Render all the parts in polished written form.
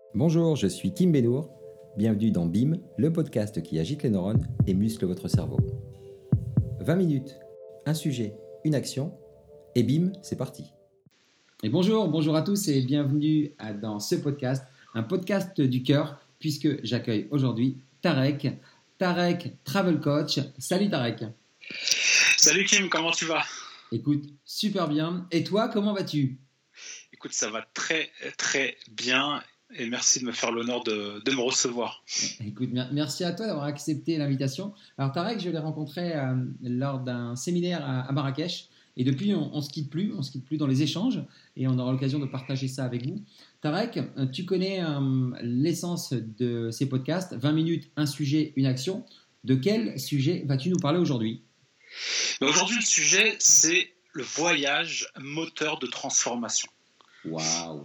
Bonjour, je suis Kim Benour. Bienvenue dans BIM, le podcast qui agite les neurones et muscle votre cerveau. 20 minutes, un sujet, une action, et BIM, c'est parti. Et bonjour à tous et bienvenue dans ce podcast, un podcast du cœur, puisque j'accueille aujourd'hui Tarek Travel Coach. Salut Tarek. Salut Kim, comment tu vas? Écoute, super bien. Et toi, comment vas-tu? Écoute, ça va très très bien et merci de me faire l'honneur de me recevoir. Écoute, merci à toi d'avoir accepté l'invitation. Alors Tarek, je l'ai rencontré lors d'un séminaire à Marrakech et depuis on se quitte plus dans les échanges et on aura l'occasion de partager ça avec vous. Tarek, tu connais l'essence de ces podcasts, 20 minutes, un sujet, une action. De quel sujet vas-tu nous parler aujourd'hui? Aujourd'hui, le sujet, c'est le voyage moteur de transformation. Waouh!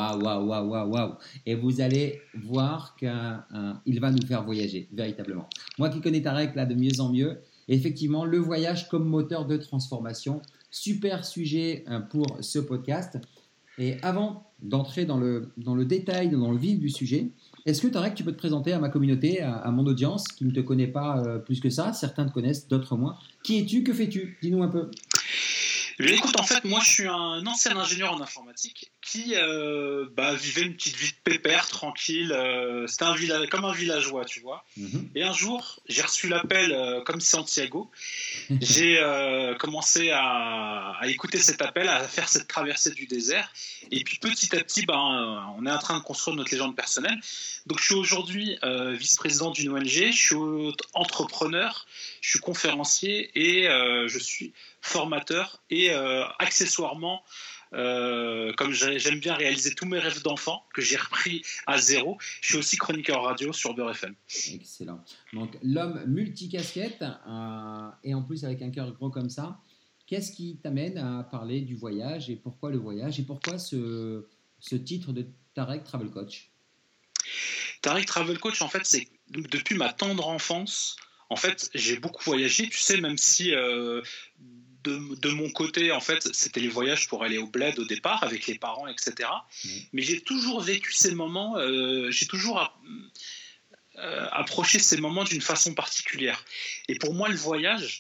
Et vous allez voir qu'il va nous faire voyager, véritablement. Moi qui connais Tarek là de mieux en mieux, effectivement, le voyage comme moteur de transformation, super sujet pour ce podcast. Et avant d'entrer dans le détail, dans le vif du sujet, est-ce que Tarek, tu peux te présenter à ma communauté, à mon audience qui ne te connaît pas plus que ça? Certains te connaissent, d'autres moins. Qui es-tu? Que fais-tu? Dis-nous un peu. Écoute, en fait, moi, je suis un ancien ingénieur en informatique qui vivait une petite vie de pépère, tranquille. C'était comme un villageois, tu vois. Mhm. Et un jour, j'ai reçu l'appel comme Santiago. J'ai commencé à écouter cet appel, à faire cette traversée du désert. Et puis petit à petit, on est en train de construire notre légende personnelle. Donc je suis aujourd'hui vice-président d'une ONG, je suis entrepreneur, je suis conférencier et je suis formateur et accessoirement, comme j'aime bien réaliser tous mes rêves d'enfant que j'ai repris à zéro, je suis aussi chroniqueur radio sur Beurre FM. Excellent. Donc l'homme multicasquette et en plus avec un cœur gros comme ça, qu'est-ce qui t'amène à parler du voyage et pourquoi le voyage et pourquoi ce titre de Tarek Travel Coach? Tarek Travel Coach, en fait, c'est depuis ma tendre enfance. En fait, j'ai beaucoup voyagé, tu sais, même si de mon côté, en fait, c'était les voyages pour aller au bled au départ avec les parents, etc. Mais j'ai toujours vécu ces moments, j'ai toujours approché ces moments d'une façon particulière. Et pour moi, le voyage,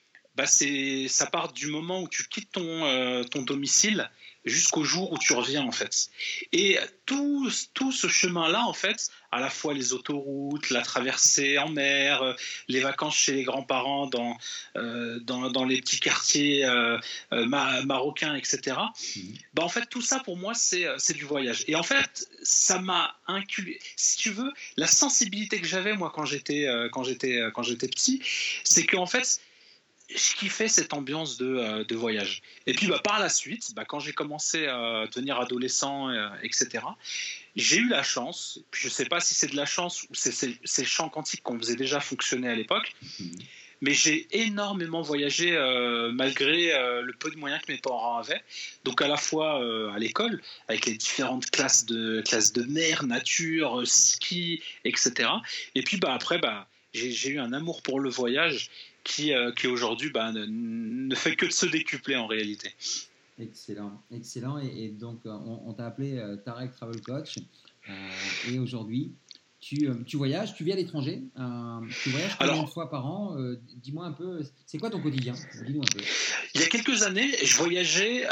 ça part du moment où tu quittes ton domicile jusqu'au jour où tu reviens, en fait. Et tout ce chemin-là, en fait, à la fois les autoroutes, la traversée en mer, les vacances chez les grands-parents dans les petits quartiers marocains, etc. En fait, tout ça, pour moi, c'est du voyage. Et en fait, ça m'a inculqué, si tu veux, la sensibilité que j'avais, moi, quand j'étais petit, c'est qu'en fait, je kiffais cette ambiance de voyage. Et puis par la suite, quand j'ai commencé à devenir adolescent, etc., j'ai eu la chance, puis je ne sais pas si c'est de la chance ou c'est le chant quantique qu'on faisait déjà fonctionner à l'époque, mais j'ai énormément voyagé malgré le peu de moyens que mes parents avaient. Donc à la fois à l'école, avec les différentes classes de mer, nature, ski, etc. Et puis après, j'ai eu un amour pour le voyage qui aujourd'hui ne fait que de se décupler en réalité. Excellent. Et donc, on t'a appelé Tarek Travel Coach. Et aujourd'hui, tu voyages, tu vis à l'étranger. Tu voyages combien de fois par an? Dis-moi un peu, c'est quoi ton quotidien? Dis-nous un peu. Il y a quelques années, je voyageais.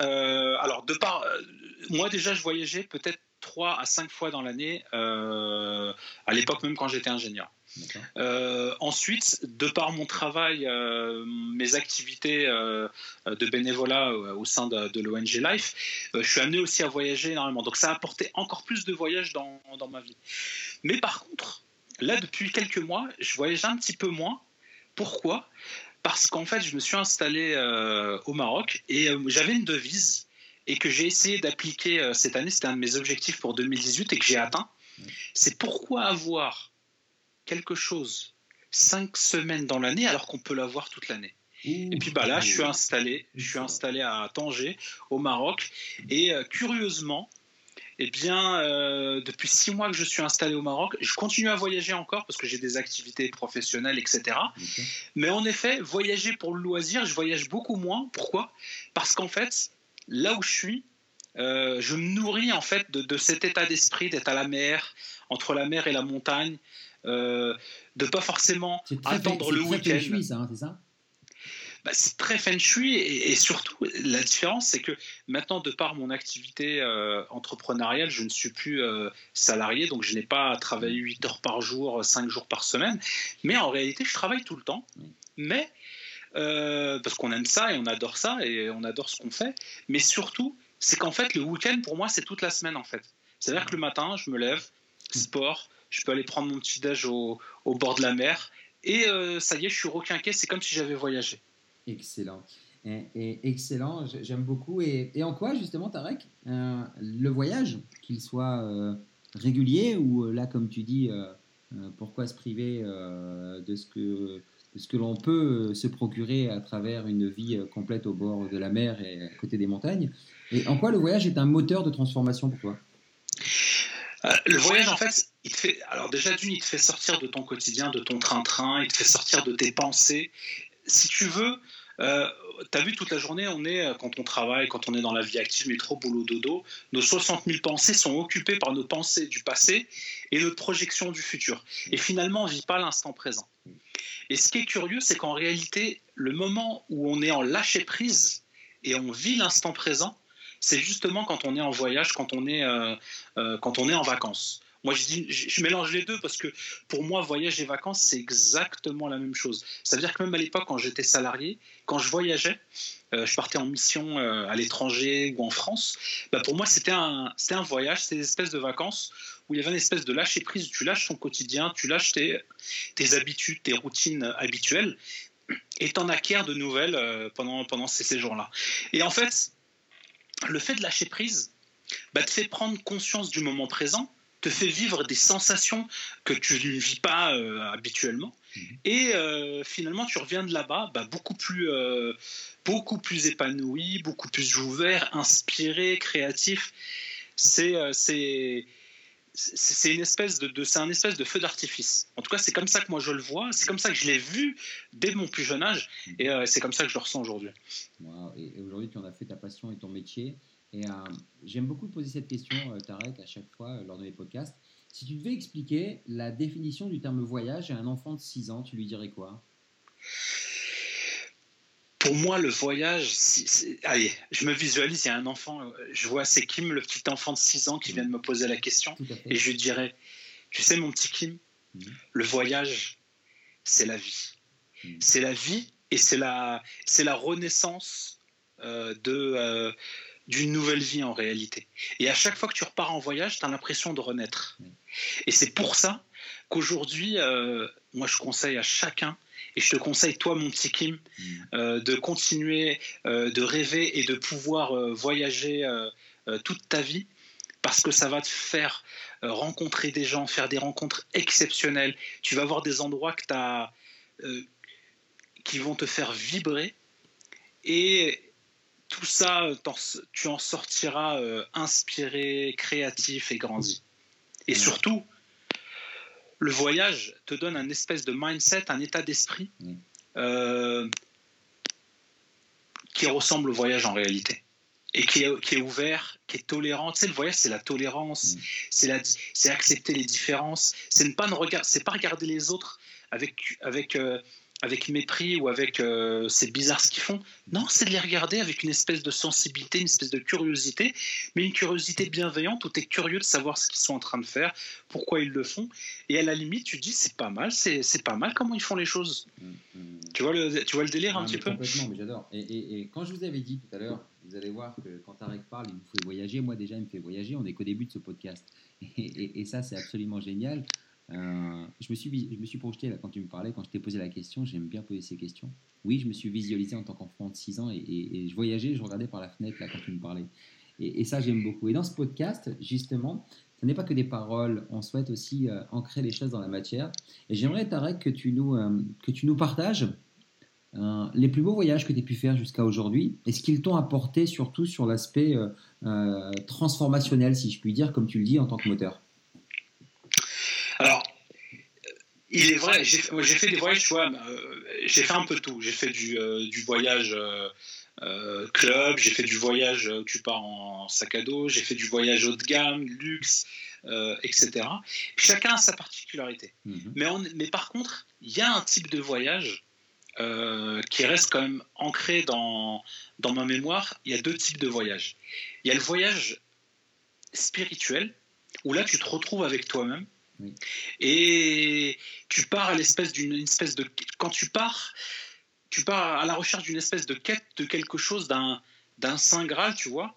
Moi déjà, je voyageais peut-être 3 à 5 fois dans l'année, à l'époque même quand j'étais ingénieur. Ensuite, de par mon travail, mes activités de bénévolat au sein de l'ONG Life, je suis amené aussi à voyager énormément. Donc ça a apporté encore plus de voyages dans ma vie. Mais par contre, là, depuis quelques mois, je voyage un petit peu moins. Pourquoi ? Parce qu'en fait, je me suis installé au Maroc et j'avais une devise et que j'ai essayé d'appliquer cette année. C'était un de mes objectifs pour 2018 et que j'ai atteint. C'est pourquoi avoir quelque chose 5 semaines dans l'année alors qu'on peut l'avoir toute l'année. Et puis là, je suis installé à Tanger, au Maroc, et curieusement, depuis 6 mois que je suis installé au Maroc, je continue à voyager encore parce que j'ai des activités professionnelles, etc. Mais en effet, voyager pour le loisir, je voyage beaucoup moins. Pourquoi ? Parce qu'en fait, là où je suis, je me nourris en fait de cet état d'esprit d'être à la mer, entre la mer et la montagne, de pas forcément attendre le week-end. C'est très feng shui, ça, hein, c'est ça? Bah, c'est très feng shui et surtout la différence c'est que maintenant de par mon activité entrepreneuriale je ne suis plus salarié donc je n'ai pas à travailler 8 heures par jour 5 jours par semaine mais en réalité je travaille tout le temps mais parce qu'on aime ça et on adore ce qu'on fait mais surtout c'est qu'en fait le week-end pour moi c'est toute la semaine en fait c'est à dire que le matin je me lève sport je peux aller prendre mon petit déj au bord de la mer et ça y est je suis requinqué c'est comme si j'avais voyagé. Excellent. Excellent, j'aime beaucoup. Et en quoi, justement, Tarek, le voyage, qu'il soit régulier ou là, comme tu dis, pourquoi se priver de ce que l'on peut se procurer à travers une vie complète au bord de la mer et à côté des montagnes. Et en quoi le voyage est un moteur de transformation pour toi? Le voyage, en fait, alors déjà il te fait sortir de ton quotidien, de ton train-train, il te fait sortir de tes pensées. Si tu veux, tu as vu toute la journée, quand on travaille, quand on est dans la vie active, métro, boulot, dodo, nos 60 000 pensées sont occupées par nos pensées du passé et notre projection du futur. Et finalement, on ne vit pas l'instant présent. Et ce qui est curieux, c'est qu'en réalité, le moment où on est en lâcher-prise et on vit l'instant présent, c'est justement quand on est en voyage, quand on est en vacances. Moi, je mélange les deux parce que pour moi, voyage et vacances, c'est exactement la même chose. Ça veut dire que même à l'époque, quand j'étais salarié, quand je voyageais, je partais en mission à l'étranger ou en France, bah pour moi, c'était un voyage, c'était une espèce de vacances où il y avait une espèce de lâcher-prise, où tu lâches ton quotidien, tu lâches tes habitudes, tes routines habituelles et t'en acquiers de nouvelles pendant ces séjours-là. Et en fait, le fait de lâcher prise te fait prendre conscience du moment présent, te fait vivre des sensations que tu ne vis pas habituellement. Et finalement, tu reviens de là-bas beaucoup plus épanoui, beaucoup plus ouvert, inspiré, créatif. C'est un espèce de feu d'artifice. En tout cas, c'est comme ça que moi je le vois, c'est comme ça que je l'ai vu dès mon plus jeune âge, et c'est comme ça que je le ressens aujourd'hui. Wow. Et aujourd'hui, tu en as fait ta passion et ton métier. Et j'aime beaucoup poser cette question, Tarek, à chaque fois lors de mes podcasts. Si tu devais expliquer la définition du terme voyage à un enfant de 6 ans, tu lui dirais quoi? Pour moi, le voyage, allez, je me visualise, il y a un enfant, je vois c'est Kim, le petit enfant de 6 ans qui vient de me poser la question, et je lui dirais, tu sais mon petit Kim, le voyage, c'est la vie. C'est la vie et c'est la renaissance d'une nouvelle vie en réalité. Et à chaque fois que tu repars en voyage, tu as l'impression de renaître. Et c'est pour ça qu'aujourd'hui, moi je conseille à chacun, et je te conseille toi mon petit Kim, de continuer de rêver et de pouvoir voyager toute ta vie, parce que ça va te faire rencontrer des gens, faire des rencontres exceptionnelles. Tu vas voir des endroits qui vont te faire vibrer, et tout ça, tu en sortiras inspiré, créatif et grandi. Et surtout, le voyage te donne un espèce de mindset, un état d'esprit qui ressemble au voyage en réalité. Et qui est ouvert, qui est tolérant. Tu sais, le voyage, c'est la tolérance, c'est accepter les différences, c'est pas regarder les autres avec mépris ou avec c'est bizarre ce qu'ils font. Non, c'est de les regarder avec une espèce de sensibilité, une espèce de curiosité, mais une curiosité bienveillante où tu es curieux de savoir ce qu'ils sont en train de faire, pourquoi ils le font. Et à la limite, tu te dis, c'est pas mal comment ils font les choses. Tu vois le délire un petit peu? Complètement, mais j'adore. Et quand je vous avais dit tout à l'heure, vous allez voir que quand Tarek parle, il nous fait voyager. Moi, déjà, il me fait voyager. On n'est qu'au début de ce podcast. Et ça, c'est absolument génial. Je me suis projeté là quand tu me parlais, quand je t'ai posé la question. J'aime bien poser ces questions. Oui, je me suis visualisé en tant qu'enfant de 6 ans et je voyageais, je regardais par la fenêtre là quand tu me parlais. Et ça, j'aime beaucoup. Et dans ce podcast, justement, ce n'est pas que des paroles. On souhaite aussi ancrer les choses dans la matière. Et j'aimerais, Tarek, que tu nous partages les plus beaux voyages que tu as pu faire jusqu'à aujourd'hui et ce qu'ils t'ont apporté surtout sur l'aspect transformationnel, si je puis dire, comme tu le dis, en tant que moteur. Alors, il est vrai, j'ai fait des voyages, tu vois, j'ai fait un peu tout. J'ai fait du voyage club, j'ai fait du voyage où tu pars en sac à dos, j'ai fait du voyage haut de gamme, luxe, etc. Chacun a sa particularité. Mais par contre, il y a un type de voyage qui reste quand même ancré dans ma mémoire. Il y a deux types de voyages. Il y a le voyage spirituel, où là tu te retrouves avec toi-même, et tu pars à une espèce de... Quand tu pars à la recherche d'une espèce de quête de quelque chose, d'un saint Graal, tu vois.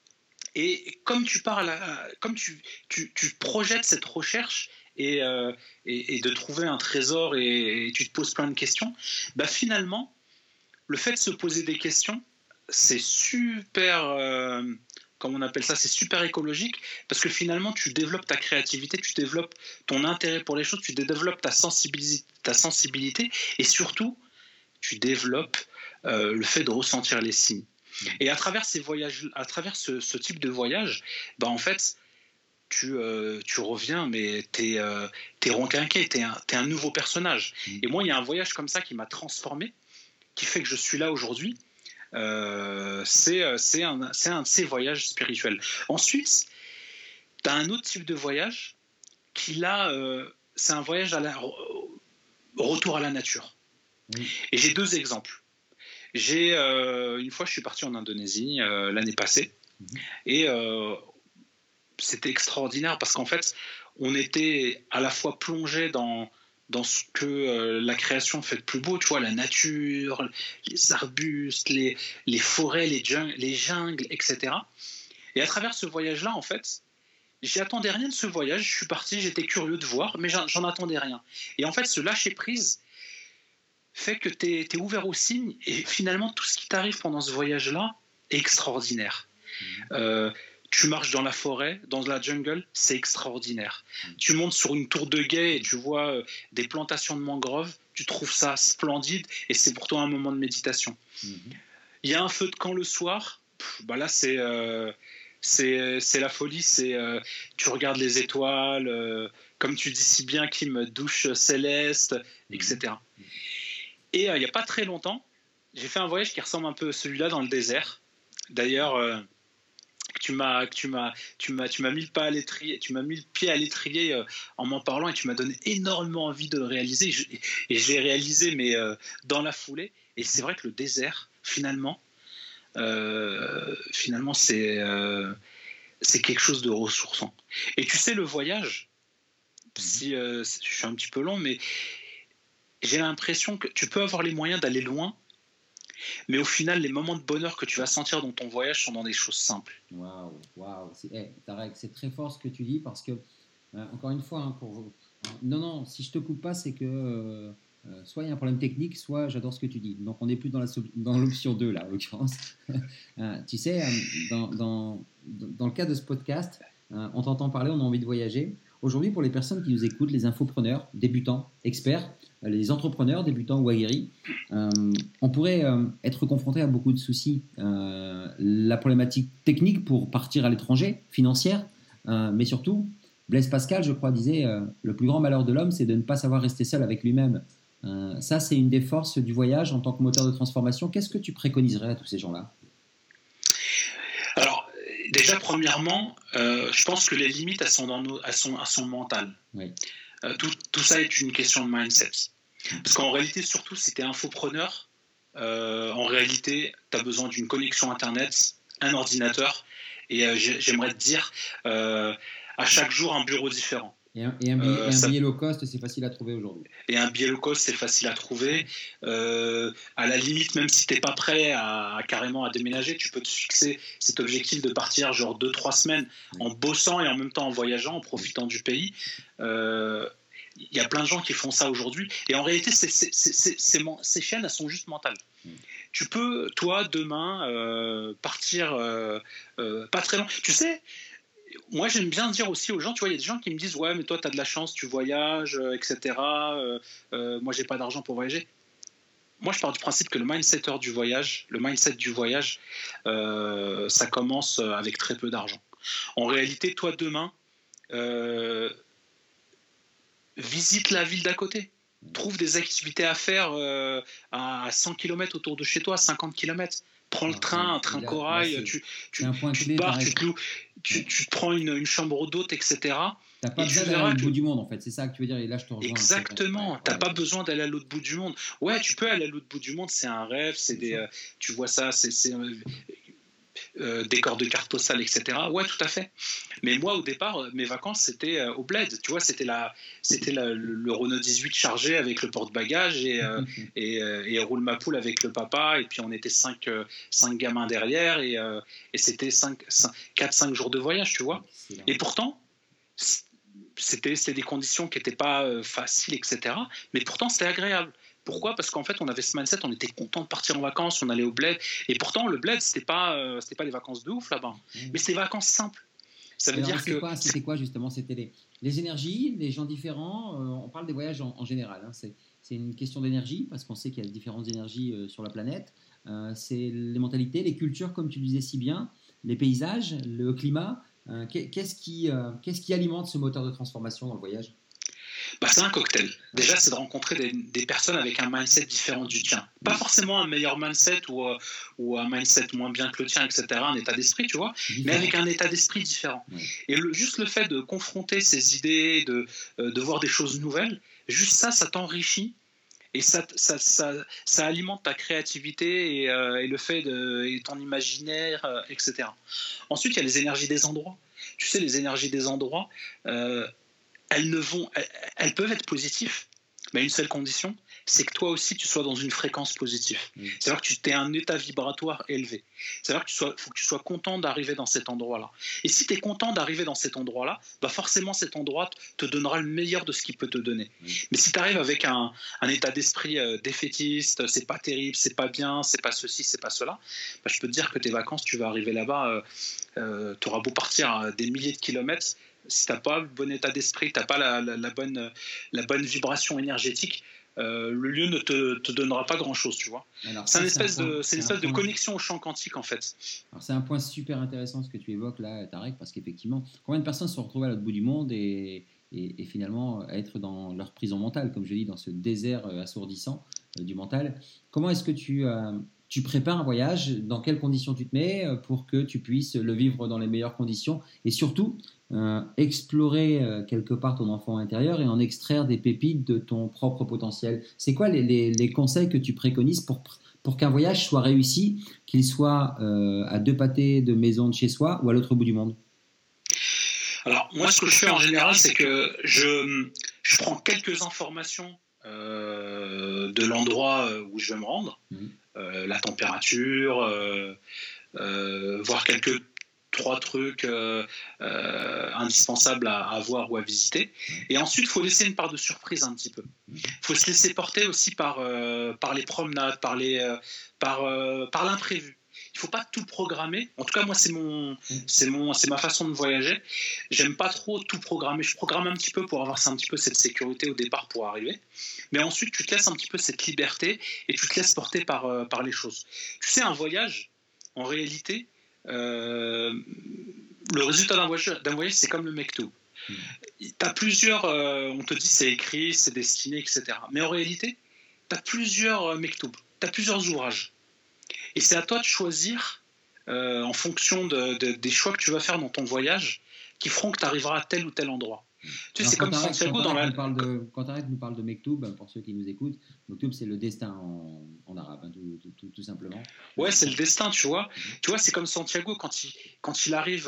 Et comme tu pars comme tu projettes cette recherche et de trouver un trésor, et tu te poses plein de questions, bah finalement, le fait de se poser des questions, c'est super... comme on appelle ça, c'est super écologique, parce que finalement, tu développes ta créativité, tu développes ton intérêt pour les choses, tu développes ta sensibilité, et surtout, tu développes le fait de ressentir les signes. Et à travers ces voyages, à travers ce type de voyage, bah en fait, tu reviens, mais t'es requinqué, t'es un nouveau personnage. Et moi, il y a un voyage comme ça qui m'a transformé, qui fait que je suis là aujourd'hui. C'est un de ces voyages spirituels. Ensuite, tu as un autre type de voyage qui, là, c'est un voyage retour à la nature. Et j'ai deux exemples. Une fois, je suis parti en Indonésie l'année passée, et c'était extraordinaire, parce qu'en fait, on était à la fois plongé dans ce que la création fait de plus beau, tu vois, la nature, les arbustes, les forêts, les jungles, etc. Et à travers ce voyage-là, en fait, j'attendais rien de ce voyage. Je suis parti, j'étais curieux de voir, mais j'en attendais rien. Et en fait, ce lâcher-prise fait que tu es ouvert aux signes, et finalement, tout ce qui t'arrive pendant ce voyage-là est extraordinaire. Tu marches dans la forêt, dans la jungle, c'est extraordinaire. Tu montes sur une tour de guet et tu vois des plantations de mangroves, tu trouves ça splendide, et c'est pour toi un moment de méditation. Il y a un feu de camp le soir, bah là c'est la folie, tu regardes les étoiles, comme tu dis si bien, Kim, douche céleste, etc. Et il n'y a pas très longtemps, j'ai fait un voyage qui ressemble un peu à celui-là dans le désert. D'ailleurs, tu m'as mis le pied à l'étrier en m'en parlant, et tu m'as donné énormément envie de le réaliser, et je l'ai réalisé, mais dans la foulée. Et c'est vrai que le désert, finalement c'est quelque chose de ressourçant. Et tu sais, le voyage, je suis un petit peu long, mais j'ai l'impression que tu peux avoir les moyens d'aller loin, mais au final, les moments de bonheur que tu vas sentir dans ton voyage sont dans des choses simples. Waouh. Tarek, c'est très fort ce que tu dis, parce que, encore une fois, hein, non, si je te coupe pas, c'est que soit il y a un problème technique, soit j'adore ce que tu dis. Donc on n'est plus dans l'option 2, là, en l'occurrence. Tu sais, dans le cas de ce podcast, on t'entend parler, on a envie de voyager. Aujourd'hui, pour les personnes qui nous écoutent, les infopreneurs, débutants, experts, les entrepreneurs, débutants ou aguerris, on pourrait être confronté à beaucoup de soucis. La problématique technique pour partir à l'étranger, financière, mais surtout, Blaise Pascal, je crois, disait le plus grand malheur de l'homme, c'est de ne pas savoir rester seul avec lui-même. Ça, c'est une des forces du voyage en tant que moteur de transformation. Qu'est-ce que tu préconiserais à tous ces gens-là ? Alors, déjà, premièrement, je pense que les limites, elles sont à son mental. Oui. Tout ça est une question de mindset. Parce qu'en réalité, surtout si tu es infopreneur, en réalité, tu as besoin d'une connexion Internet, un ordinateur, et j'aimerais te dire, à chaque jour, un bureau différent. Et un billet low cost, c'est facile à trouver aujourd'hui. Et un billet low cost, c'est facile à trouver. À la limite, même si tu n'es pas prêt carrément à déménager, tu peux te fixer cet objectif de partir genre 2-3 semaines en bossant et en même temps en voyageant, en profitant du pays. Il y a plein de gens qui font ça aujourd'hui. Et en réalité, ces chaînes, elles sont juste mentales. Tu peux, toi, demain, partir pas très loin. Tu sais, moi, j'aime bien dire aussi aux gens, tu vois, il y a des gens qui me disent « Ouais, mais toi, tu as de la chance, tu voyages, etc. Moi, j'ai pas d'argent pour voyager. » Moi, je pars du principe que le mindset du voyage, ça commence avec très peu d'argent. En réalité, toi, demain, visite la ville d'à côté. Trouve des activités à faire à 100 km autour de chez toi, 50 km. prends le train, un train corail, c'est un point tu clé, pars, tu te prends une chambre d'hôte, etc. T'as pas besoin d'aller à l'autre bout du monde, en fait. C'est ça que tu veux dire. Et là, je te rejoins. Exactement. T'as pas besoin d'aller à l'autre bout du monde. Ouais, tu peux aller à l'autre bout du monde. C'est un rêve. Tu vois ça. C'est décor de carte postale, etc. Ouais, tout à fait. Mais moi, au départ, mes vacances, c'était au bled. Tu vois, c'était le Renault 18 chargé avec le porte-bagages et roule ma poule avec le papa. Et puis, on était cinq gamins derrière et c'était 4-5 jours de voyage, tu vois. Excellent. Et pourtant, c'était des conditions qui n'étaient pas faciles, etc. Mais pourtant, c'était agréable. Pourquoi ? Parce qu'en fait, on avait ce mindset, on était content de partir en vacances, on allait au bled. Et pourtant, le bled, c'était pas les vacances de ouf là-bas. Mais c'était des vacances simples. Ça veut dire que... C'était quoi justement ? C'était les énergies, les gens différents. On parle des voyages en général. Hein. C'est une question d'énergie, parce qu'on sait qu'il y a différentes énergies sur la planète. C'est les mentalités, les cultures, comme tu le disais si bien, les paysages, le climat. Qu'est-ce qui alimente ce moteur de transformation dans le voyage ? C'est un cocktail. Déjà, c'est de rencontrer des personnes avec un mindset différent du tien. Pas forcément un meilleur mindset ou un mindset moins bien que le tien, etc., un état d'esprit, tu vois, mais avec un état d'esprit différent. Ouais. Et juste le fait de confronter ces idées, de voir des choses nouvelles, juste ça t'enrichit. Et ça alimente ta créativité et le fait et ton imaginaire, etc. Ensuite, il y a les énergies des endroits. Tu sais, les énergies des endroits, elles peuvent être positives, mais à une seule condition, c'est que toi aussi tu sois dans une fréquence positive. C'est-à-dire que tu aies un état vibratoire élevé. C'est-à-dire que faut que tu sois content d'arriver dans cet endroit-là. Et si tu es content d'arriver dans cet endroit-là, forcément cet endroit te donnera le meilleur de ce qu'il peut te donner. Mais si tu arrives avec un état d'esprit défaitiste, c'est pas terrible, c'est pas bien, c'est pas ceci, c'est pas cela, je peux te dire que tes vacances, tu vas arriver là-bas, tu auras beau partir à des milliers de kilomètres, si tu n'as pas le bon état d'esprit, tu n'as pas la bonne vibration énergétique, le lieu ne te donnera pas grand-chose, tu vois. C'est une espèce de connexion au champ quantique, en fait. Alors, c'est un point super intéressant ce que tu évoques là, Tarek, parce qu'effectivement, combien de personnes se sont retrouvées à l'autre bout du monde et finalement être dans leur prison mentale, comme je dis, dans ce désert assourdissant du mental. Comment est-ce que tu prépares un voyage ? Dans quelles conditions tu te mets pour que tu puisses le vivre dans les meilleures conditions et surtout explorer quelque part ton enfant intérieur et en extraire des pépites de ton propre potentiel ? C'est quoi les conseils que tu préconises pour qu'un voyage soit réussi, qu'il soit à 2 pâtés de maison de chez soi ou à l'autre bout du monde ? Alors, moi, ce que je fais en général, c'est que je prends quelques informations de l'endroit où je vais me rendre, la température, voir quelques 3 trucs indispensables à voir ou à visiter. Et ensuite, il faut laisser une part de surprise un petit peu. Il faut se laisser porter aussi par les promenades, par l'imprévu. Il ne faut pas tout programmer. En tout cas, moi, c'est ma façon de voyager. J'aime pas trop tout programmer. Je programme un petit peu pour avoir un petit peu cette sécurité au départ pour arriver. Mais ensuite, tu te laisses un petit peu cette liberté et tu te laisses porter par les choses. Tu sais, un voyage, en réalité, le résultat d'un voyage, c'est comme le mektoub. T'as plusieurs, on te dit c'est écrit, c'est destiné, etc. Mais en réalité, tu as plusieurs mektoub, tu as plusieurs ouvrages. Et c'est à toi de choisir, en fonction des choix que tu vas faire dans ton voyage, qui feront que tu arriveras à tel ou tel endroit. Tu sais, c'est comme Santiago dans la... Quand Tarek nous parle de Mektoub, pour ceux qui nous écoutent, Mektoub, c'est le destin en arabe, hein, tout simplement. Ouais, c'est le destin, tu vois. Tu vois, c'est comme Santiago quand il arrive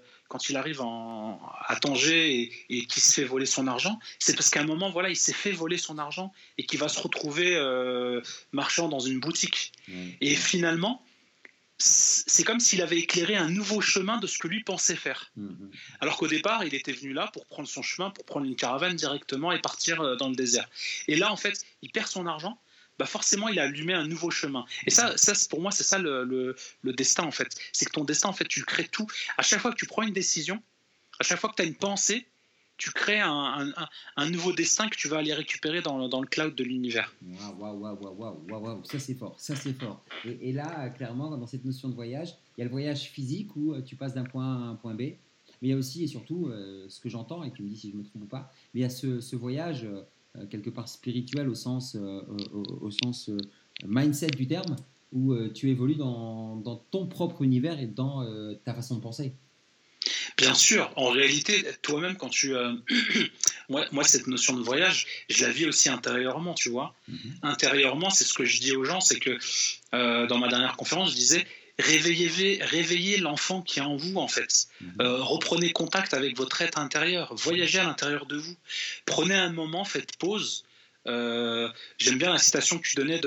à Tanger et qu'il se fait voler son argent. C'est parce qu'à un moment, voilà, il s'est fait voler son argent et qu'il va se retrouver marchand dans une boutique. Et finalement, c'est comme s'il avait éclairé un nouveau chemin de ce que lui pensait faire. Alors qu'au départ, il était venu là pour prendre son chemin, pour prendre une caravane directement et partir dans le désert. Et là, en fait, il perd son argent, forcément, il a allumé un nouveau chemin. Et ça pour moi, c'est ça le destin, en fait. C'est que ton destin, en fait, tu le crées tout. À chaque fois que tu prends une décision, à chaque fois que tu as une pensée, tu crées un nouveau destin que tu vas aller récupérer dans le cloud de l'univers. Waouh, ça c'est fort. Et là, clairement, dans cette notion de voyage, il y a le voyage physique où tu passes d'un point A à un point B, mais il y a aussi et surtout, ce que j'entends, et tu me dis si je me trompe ou pas, mais il y a ce voyage quelque part spirituel au sens mindset du terme, où tu évolues dans ton propre univers et dans ta façon de penser. Bien sûr, en réalité, toi-même, quand tu... moi, cette notion de voyage, je la vis aussi intérieurement, tu vois. Intérieurement, c'est ce que je dis aux gens, c'est que dans ma dernière conférence, je disais, réveillez l'enfant qui est en vous, en fait. Reprenez contact avec votre être intérieur, voyagez à l'intérieur de vous. Prenez un moment, faites pause. J'aime bien la citation que tu donnais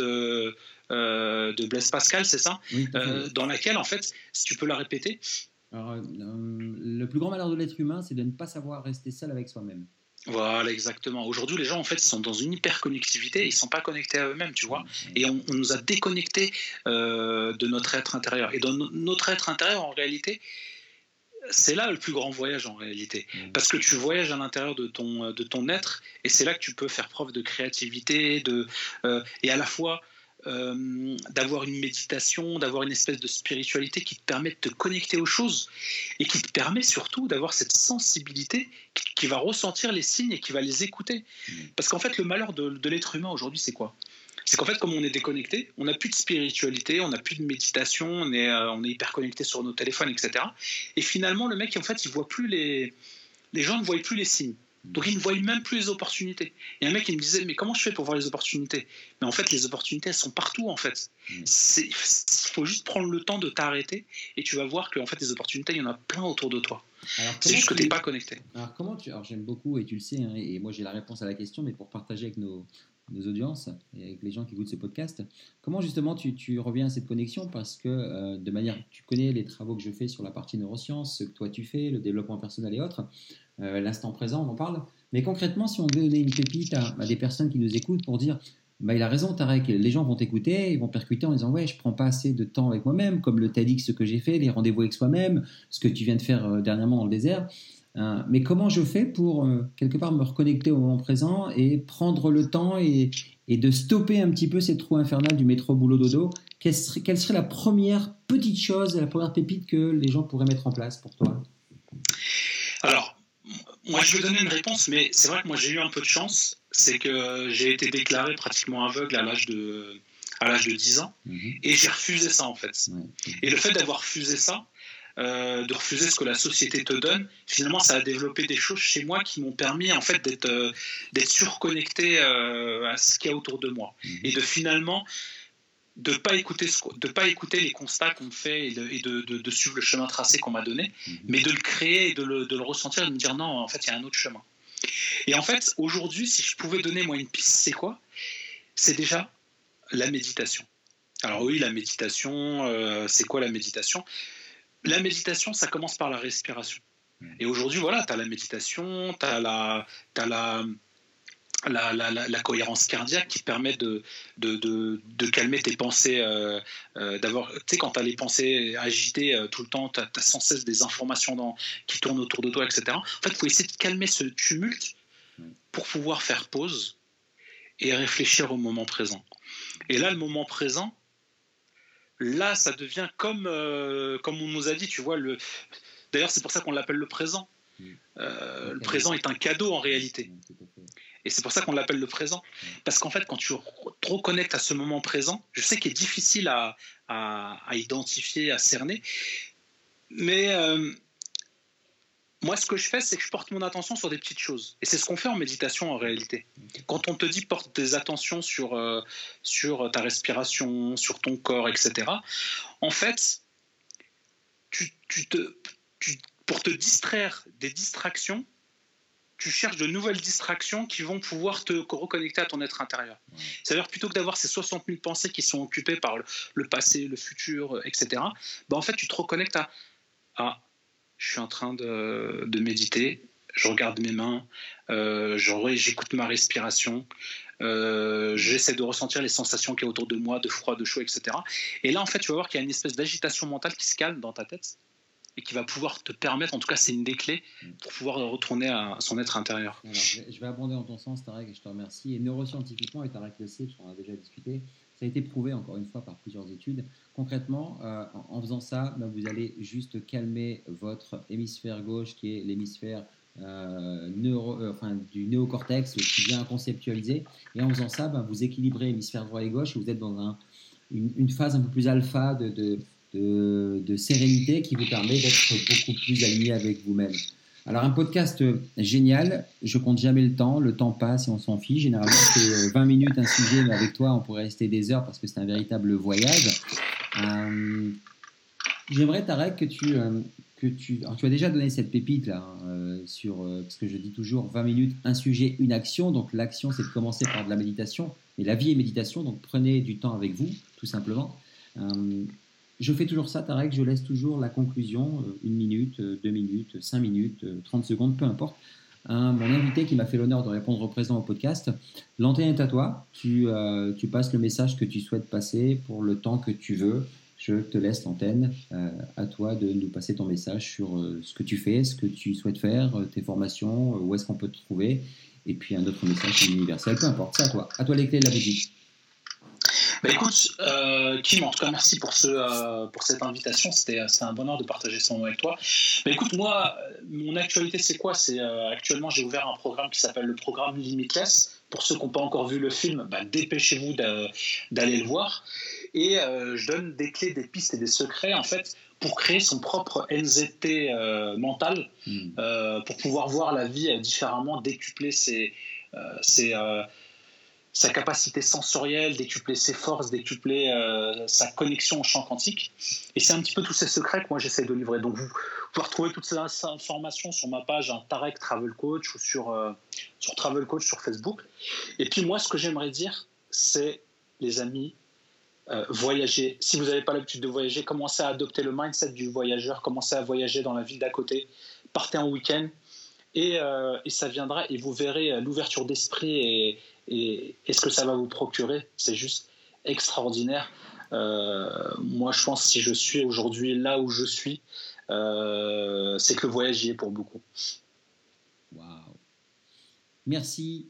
de Blaise Pascal, c'est ça? Oui, dans laquelle, en fait, si tu peux la répéter. Alors, le plus grand malheur de l'être humain, c'est de ne pas savoir rester seul avec soi-même. Voilà, exactement. Aujourd'hui, les gens, en fait, ils sont dans une hyper-connectivité, ils ne sont pas connectés à eux-mêmes, tu vois. Et on nous a déconnectés de notre être intérieur. Et dans notre être intérieur, en réalité, c'est là le plus grand voyage, en réalité. Parce que tu voyages à l'intérieur de ton être, et c'est là que tu peux faire preuve de créativité, et à la fois... d'avoir une méditation, d'avoir une espèce de spiritualité qui te permet de te connecter aux choses et qui te permet surtout d'avoir cette sensibilité qui va ressentir les signes et qui va les écouter. Parce qu'en fait, le malheur de l'être humain aujourd'hui, c'est quoi? C'est qu'en fait, comme on est déconnecté, on n'a plus de spiritualité, on n'a plus de méditation, on est hyper connecté sur nos téléphones, etc. Et finalement, le mec, en fait, il voit plus les gens ne voient plus les signes. Donc ils ne voient même plus les opportunités. Il y a un mec qui me disait, mais comment je fais pour voir les opportunités? Mais en fait, les opportunités, elles sont partout, en fait. Il faut juste prendre le temps de t'arrêter et tu vas voir que en fait, les opportunités, il y en a plein autour de toi. C'est juste que tu n'es pas connecté. Alors j'aime beaucoup, et tu le sais, hein, et moi j'ai la réponse à la question, mais pour partager avec nos audiences et avec les gens qui écoutent ce podcast, comment justement tu reviens à cette connexion? Parce que de manière, tu connais les travaux que je fais sur la partie neurosciences, ce que toi tu fais, le développement personnel et autres, l'instant présent, on en parle. Mais concrètement, si on veut donner une pépite à des personnes qui nous écoutent pour dire, bah, il a raison Tarek, les gens vont t'écouter, ils vont percuter en disant ouais, je prends pas assez de temps avec moi-même, comme le TEDx que j'ai fait, les rendez-vous avec soi-même, ce que tu viens de faire dernièrement dans le désert. Mais comment je fais pour quelque part me reconnecter au moment présent et prendre le temps et de stopper un petit peu ces trous infernales du métro boulot dodo? Quelle serait la première petite chose, la première pépite que les gens pourraient mettre en place pour toi? Alors, moi je vais donner une réponse, mais c'est vrai que moi j'ai eu un peu de chance, c'est que j'ai été déclaré pratiquement aveugle à l'âge de 10 ans, et j'ai refusé ça en fait. Et le fait d'avoir refusé ça, de refuser ce que la société te donne, finalement ça a développé des choses chez moi qui m'ont permis en fait d'être surconnecté à ce qu'il y a autour de moi, et de finalement de pas écouter les constats qu'on fait et de suivre le chemin tracé qu'on m'a donné, mais de le créer et de le ressentir et de me dire non, en fait il y a un autre chemin. Et en fait aujourd'hui, si je pouvais donner moi une piste, c'est quoi? C'est déjà la méditation. Alors oui, la méditation, c'est quoi la méditation? La méditation, ça commence par la respiration. Et aujourd'hui, voilà, tu as la méditation, tu as la cohérence cardiaque qui permet de calmer tes pensées, d'avoir, tu sais, quand tu as les pensées agitées tout le temps, tu as sans cesse des informations qui tournent autour de toi, etc. En fait, il faut essayer de calmer ce tumulte pour pouvoir faire pause et réfléchir au moment présent. Et là, le moment présent, là, ça devient comme on nous a dit, tu vois, d'ailleurs, c'est pour ça qu'on l'appelle le présent. Le présent est un cadeau en réalité. Et c'est pour ça qu'on l'appelle le présent. Parce qu'en fait, quand tu te reconnectes à ce moment présent, je sais qu'il est difficile à identifier, à cerner, mais moi, ce que je fais, c'est que je porte mon attention sur des petites choses. Et c'est ce qu'on fait en méditation en réalité. Quand on te dit porte tes attentions sur ta respiration, sur ton corps, etc., en fait, pour te distraire des distractions, tu cherches de nouvelles distractions qui vont pouvoir te reconnecter à ton être intérieur. C'est-à-dire, plutôt que d'avoir ces 60 000 pensées qui sont occupées par le passé, le futur, etc., en fait, tu te reconnectes à je suis en train de méditer, je regarde mes mains, j'écoute ma respiration, j'essaie de ressentir les sensations qu'il y a autour de moi, de froid, de chaud, etc. Et là, en fait, tu vas voir qu'il y a une espèce d'agitation mentale qui se calme dans ta tête et qui va pouvoir te permettre, en tout cas c'est une des clés, pour pouvoir retourner à son être intérieur. Alors, je vais abonder en ton sens, Tarek, et je te remercie. Et neuroscientifiquement, et Tarek le sait, parce qu'on en a déjà discuté, ça a été prouvé encore une fois par plusieurs études. Concrètement, en faisant ça, vous allez juste calmer votre hémisphère gauche, qui est l'hémisphère du néocortex, qui vient conceptualiser. Et en faisant ça, vous équilibrez hémisphère droit et gauche, et vous êtes dans une phase un peu plus alpha de sérénité qui vous permet d'être beaucoup plus aligné avec vous-même. Alors, un podcast génial, je compte jamais le temps passe et on s'en fiche. Généralement, c'est 20 minutes un sujet, mais avec toi, on pourrait rester des heures parce que c'est un véritable voyage. J'aimerais, Tarek, alors, tu as déjà donné cette pépite là, parce que je dis toujours 20 minutes, un sujet, une action. Donc, l'action, c'est de commencer par de la méditation. Et la vie est méditation, donc prenez du temps avec vous, tout simplement. Je fais toujours ça, Tarek, je laisse toujours la conclusion, 1 minute, 2 minutes, 5 minutes, 30 secondes, peu importe. Mon invité qui m'a fait l'honneur de répondre au présent au podcast, l'antenne est à toi, tu passes le message que tu souhaites passer pour le temps que tu veux. Je te laisse l'antenne, à toi de nous passer ton message sur ce que tu fais, ce que tu souhaites faire, tes formations, où est-ce qu'on peut te trouver, et puis un autre message universel, peu importe, c'est à toi. À toi les clés de la boutique. Bah écoute, Kim, en tout cas, merci pour cette invitation. C'était un bonheur de partager ce moment avec toi. Bah écoute, moi, mon actualité, c'est quoi? C'est actuellement, j'ai ouvert un programme qui s'appelle le programme Limitless. Pour ceux qui n'ont pas encore vu le film, bah, dépêchez-vous d'aller le voir. Et je donne des clés, des pistes et des secrets, en fait, pour créer son propre NZT mental, pour pouvoir voir la vie différemment, décupler sa capacité sensorielle, décupler ses forces, décupler sa connexion au champ quantique. Et c'est un petit peu tous ces secrets que moi j'essaie de livrer. Donc vous pouvez retrouver toutes ces informations sur ma page Tarek Travel Coach ou sur Travel Coach sur Facebook. Et puis moi, ce que j'aimerais dire, c'est, les amis, voyager. Si vous n'avez pas l'habitude de voyager, commencez à adopter le mindset du voyageur, commencez à voyager dans la ville d'à côté, partez en week-end et ça viendra et vous verrez l'ouverture d'esprit et ce que ça va vous procurer. C'est juste extraordinaire. Moi, je pense que si je suis aujourd'hui là où je suis, c'est que le voyage y est pour beaucoup. Waouh! Merci,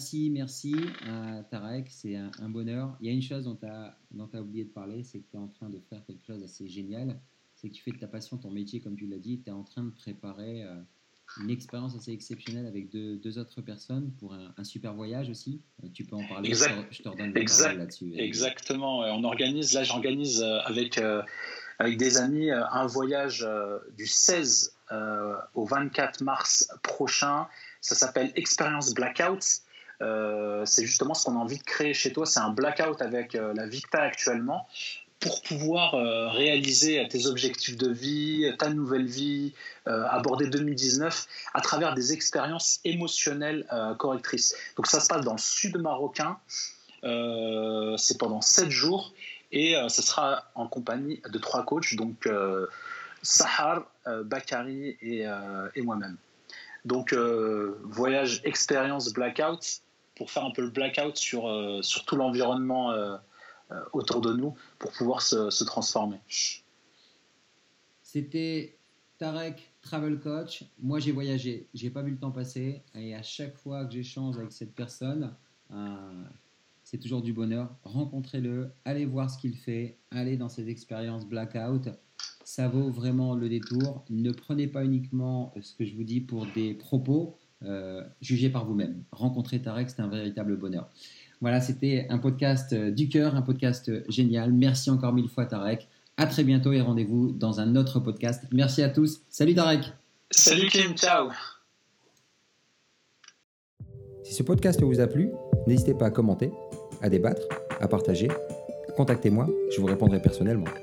Tarek, c'est un bonheur. Il y a une chose dont tu as oublié de parler, c'est que tu es en train de faire quelque chose d'assez génial. C'est que tu fais de ta passion ton métier, comme tu l'as dit. Tu es en train de préparer une expérience assez exceptionnelle avec deux autres personnes pour un super voyage aussi. Tu peux en parler, je te redonne la parole là-dessus. Exactement, j'organise avec des amis un voyage du 16 au 24 mars prochain. Ça s'appelle Expérience Blackout. C'est justement ce qu'on a envie de créer chez toi. C'est un blackout avec la vie que tu as actuellement pour pouvoir réaliser tes objectifs de vie, ta nouvelle vie, aborder 2019 à travers des expériences émotionnelles correctrices. Donc ça se passe dans le sud marocain. C'est pendant 7 jours et ce sera en compagnie de 3 coachs, donc Sahar, Bakary et moi-même. Donc voyage, expérience, blackout, pour faire un peu le blackout sur tout l'environnement autour de nous pour pouvoir se transformer. C'était Tarek, Travel Coach. Moi, j'ai voyagé, j'ai pas vu le temps passer et à chaque fois que j'échange avec cette personne, c'est toujours du bonheur. Rencontrez-le, allez voir ce qu'il fait, allez dans ces expériences blackout. Ça vaut vraiment le détour. Ne prenez pas uniquement ce que je vous dis pour des propos, jugez par vous-même. Rencontrer Tarek, c'est un véritable bonheur. Voilà, c'était un podcast du cœur, un podcast génial. Merci encore 1000 fois, Tarek. À très bientôt et rendez-vous dans un autre podcast. Merci à tous. Salut, Tarek. Salut, Kim. Ciao. Si ce podcast vous a plu, n'hésitez pas à commenter, à débattre, à partager. Contactez-moi, je vous répondrai personnellement.